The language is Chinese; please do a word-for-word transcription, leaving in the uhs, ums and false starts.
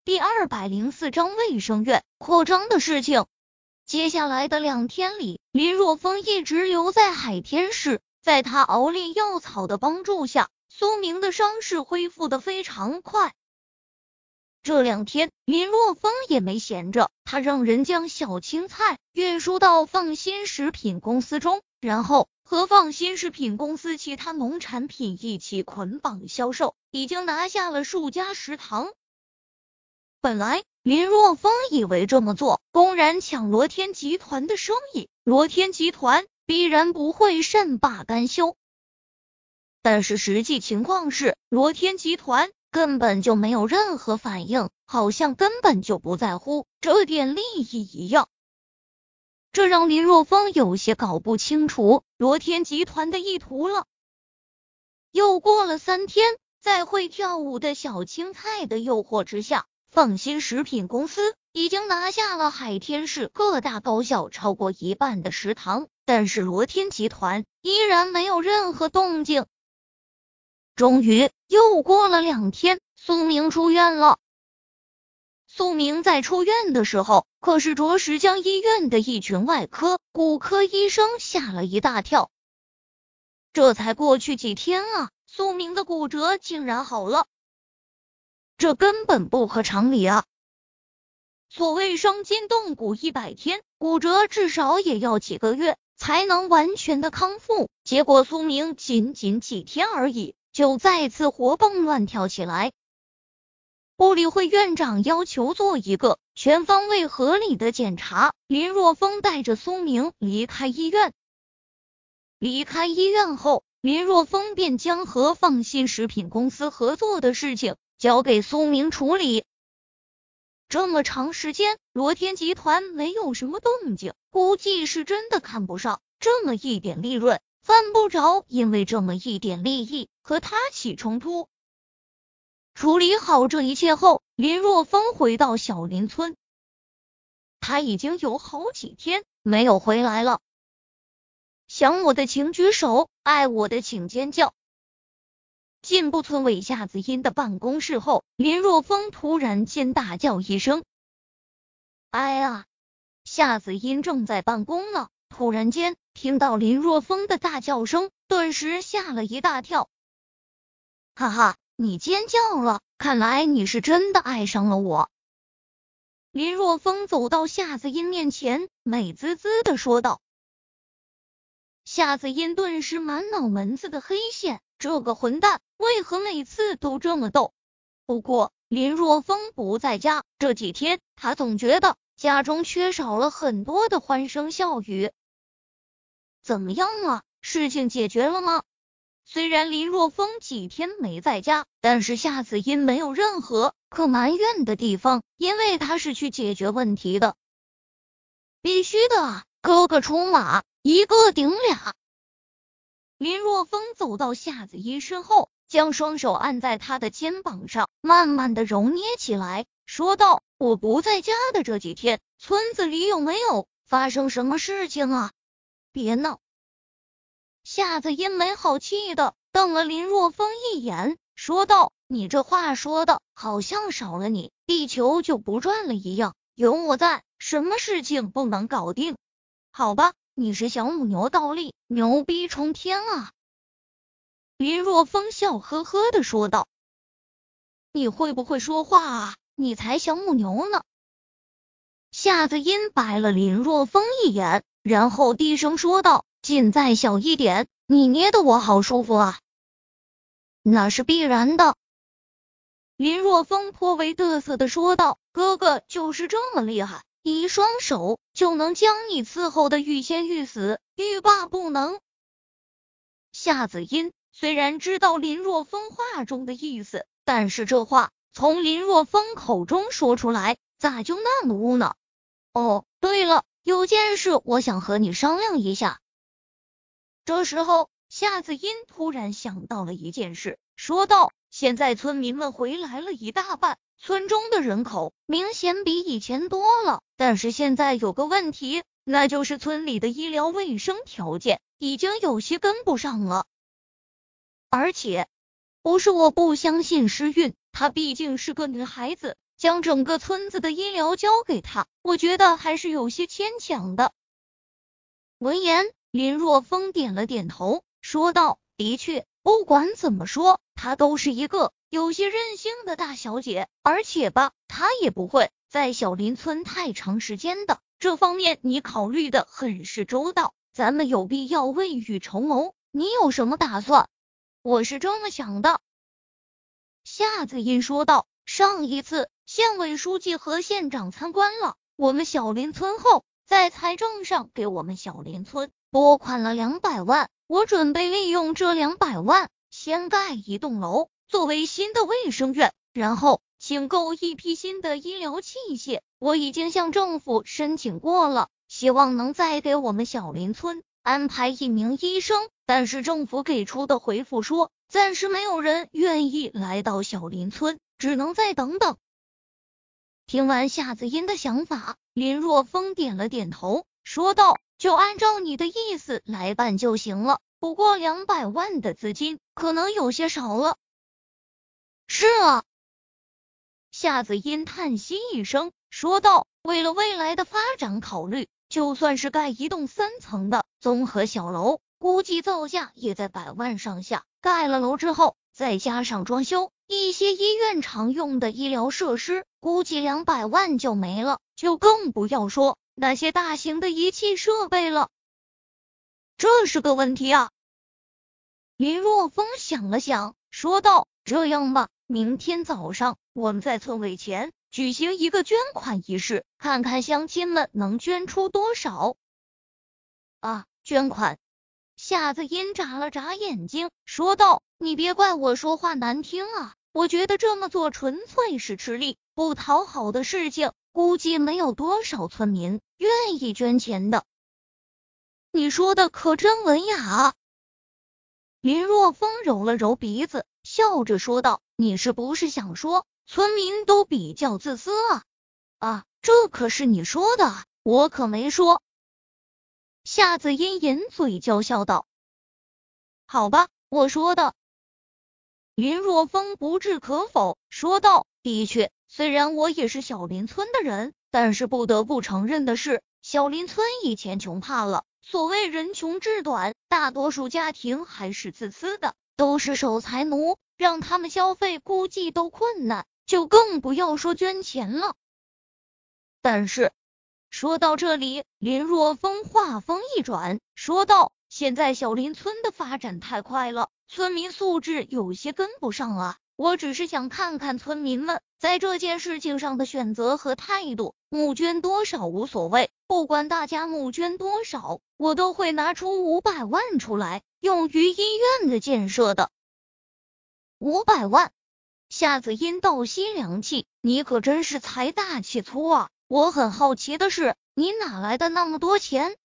第二百零四章卫生院扩张的事情。接下来的两天里，林若风一直留在海天市，在他熬炼药草的帮助下，苏明的伤势恢复得非常快。这两天林若风也没闲着，他让人将小青菜运输到放心食品公司中，然后和放心食品公司其他农产品一起捆绑销售，已经拿下了数家食堂。本来林若风以为这么做公然抢罗天集团的生意，罗天集团必然不会善罢甘休。但是实际情况是，罗天集团根本就没有任何反应，好像根本就不在乎这点利益一样。这让林若风有些搞不清楚罗天集团的意图了。又过了三天，在会跳舞的小青菜的诱惑之下，放心食品公司已经拿下了海天市各大高校超过一半的食堂，但是罗天集团依然没有任何动静。终于又过了两天，苏明出院了。苏明在出院的时候，可是着实将医院的一群外科、骨科医生吓了一大跳。这才过去几天啊，苏明的骨折竟然好了，这根本不合常理啊！所谓伤筋动骨一百天，骨折至少也要几个月才能完全的康复，结果苏明仅仅几天而已，就再次活蹦乱跳起来。部理会院长要求做一个全方位合理的检查，林若风带着苏明离开医院。离开医院后，林若风便将和放心食品公司合作的事情交给苏明处理。这么长时间，罗天集团没有什么动静，估计是真的看不上这么一点利润，犯不着因为这么一点利益和他起冲突。处理好这一切后，林若风回到小林村。他已经有好几天没有回来了。想我的请举手，爱我的请尖叫。进步村委夏子音的办公室后，林若风突然间大叫一声：“哎呀！”夏子音正在办公呢，突然间听到林若风的大叫声，顿时吓了一大跳。哈哈，你尖叫了，看来你是真的爱上了我。林若风走到夏子音面前，美滋滋的说道。夏子音顿时满脑门子的黑线，这个混蛋为何每次都这么逗？不过林若风不在家，这几天他总觉得家中缺少了很多的欢声笑语。怎么样啊？事情解决了吗？虽然林若风几天没在家，但是夏子音没有任何可埋怨的地方，因为他是去解决问题的。必须的啊，哥哥出马，一个顶俩。林若风走到夏子音身后，将双手按在他的肩膀上，慢慢的揉捏起来，说道：“我不在家的这几天，村子里有没有发生什么事情啊？别闹！”夏子音没好气的瞪了林若风一眼，说道：“你这话说的好像少了你，地球就不转了一样，有我在，什么事情不能搞定？好吧，你是小母牛倒立，牛逼冲天啊！”林若风笑呵呵的说道：“你会不会说话啊？你才小母牛呢！”夏子音白了林若风一眼，然后低声说道：“劲再小一点，你捏得我好舒服啊。”那是必然的。林若风颇为得瑟的说道：“哥哥就是这么厉害，一双手就能将你伺候的欲仙欲死，欲罢不能。”夏子音虽然知道林若风话中的意思，但是这话从林若风口中说出来，咋就那么污呢？哦，对了，有件事我想和你商量一下。这时候，夏子音突然想到了一件事，说道：“现在村民们回来了一大半，村中的人口明显比以前多了，但是现在有个问题，那就是村里的医疗卫生条件已经有些跟不上了。而且，不是我不相信诗韵，她毕竟是个女孩子， 将整个村子的医疗交给他，我觉得还是有些牵强的。闻言，林若风点了点头，说道：的确，不管怎么说，她都是一个有些任性的大小姐，而且吧，她也不会在小林村太长时间的，这方面你考虑的很是周到，咱们有必要未雨绸缪，你有什么打算？我是这么想的。夏子音说道，上一次县委书记和县长参观了我们小林村后，在财政上给我们小林村拨款了两百万，我准备利用这两百万先盖一栋楼作为新的卫生院，然后请购一批新的医疗器械，我已经向政府申请过了，希望能再给我们小林村安排一名医生，但是政府给出的回复说暂时没有人愿意来到小林村，只能再等等。听完夏子音的想法，林若风点了点头，说道：就按照你的意思来办就行了，不过两百万的资金可能有些少了。是啊。夏子音叹息一声，说道：为了未来的发展考虑，就算是盖一栋三层的综合小楼，估计造价也在百万上下，盖了楼之后再加上装修一些医院常用的医疗设施，估计两百万就没了，就更不要说那些大型的仪器设备了。这是个问题啊。林若风想了想，说道：这样吧，明天早上我们在村委前举行一个捐款仪式，看看乡亲们能捐出多少。啊，捐款。夏子音眨了眨眼睛，说道：你别怪我说话难听啊，我觉得这么做纯粹是吃力不讨好的事情，估计没有多少村民愿意捐钱的。你说的可真文雅啊。林若风揉了揉鼻子，笑着说道：你是不是想说村民都比较自私啊？啊，这可是你说的啊，我可没说。夏子音掩嘴娇笑道：好吧，我说的。林若风不置可否，说道：的确，虽然我也是小林村的人，但是不得不承认的是，小林村以前穷怕了，所谓人穷志短，大多数家庭还是自私的，都是守财奴，让他们消费估计都困难，就更不要说捐钱了。但是说到这里，林若风话锋一转，说道：现在小林村的发展太快了，村民素质有些跟不上啊，我只是想看看村民们在这件事情上的选择和态度，募捐多少无所谓，不管大家募捐多少，我都会拿出五百万出来，用于医院的建设的。五百万？夏子音倒吸凉气，你可真是财大气粗啊！我很好奇的是，你哪来的那么多钱？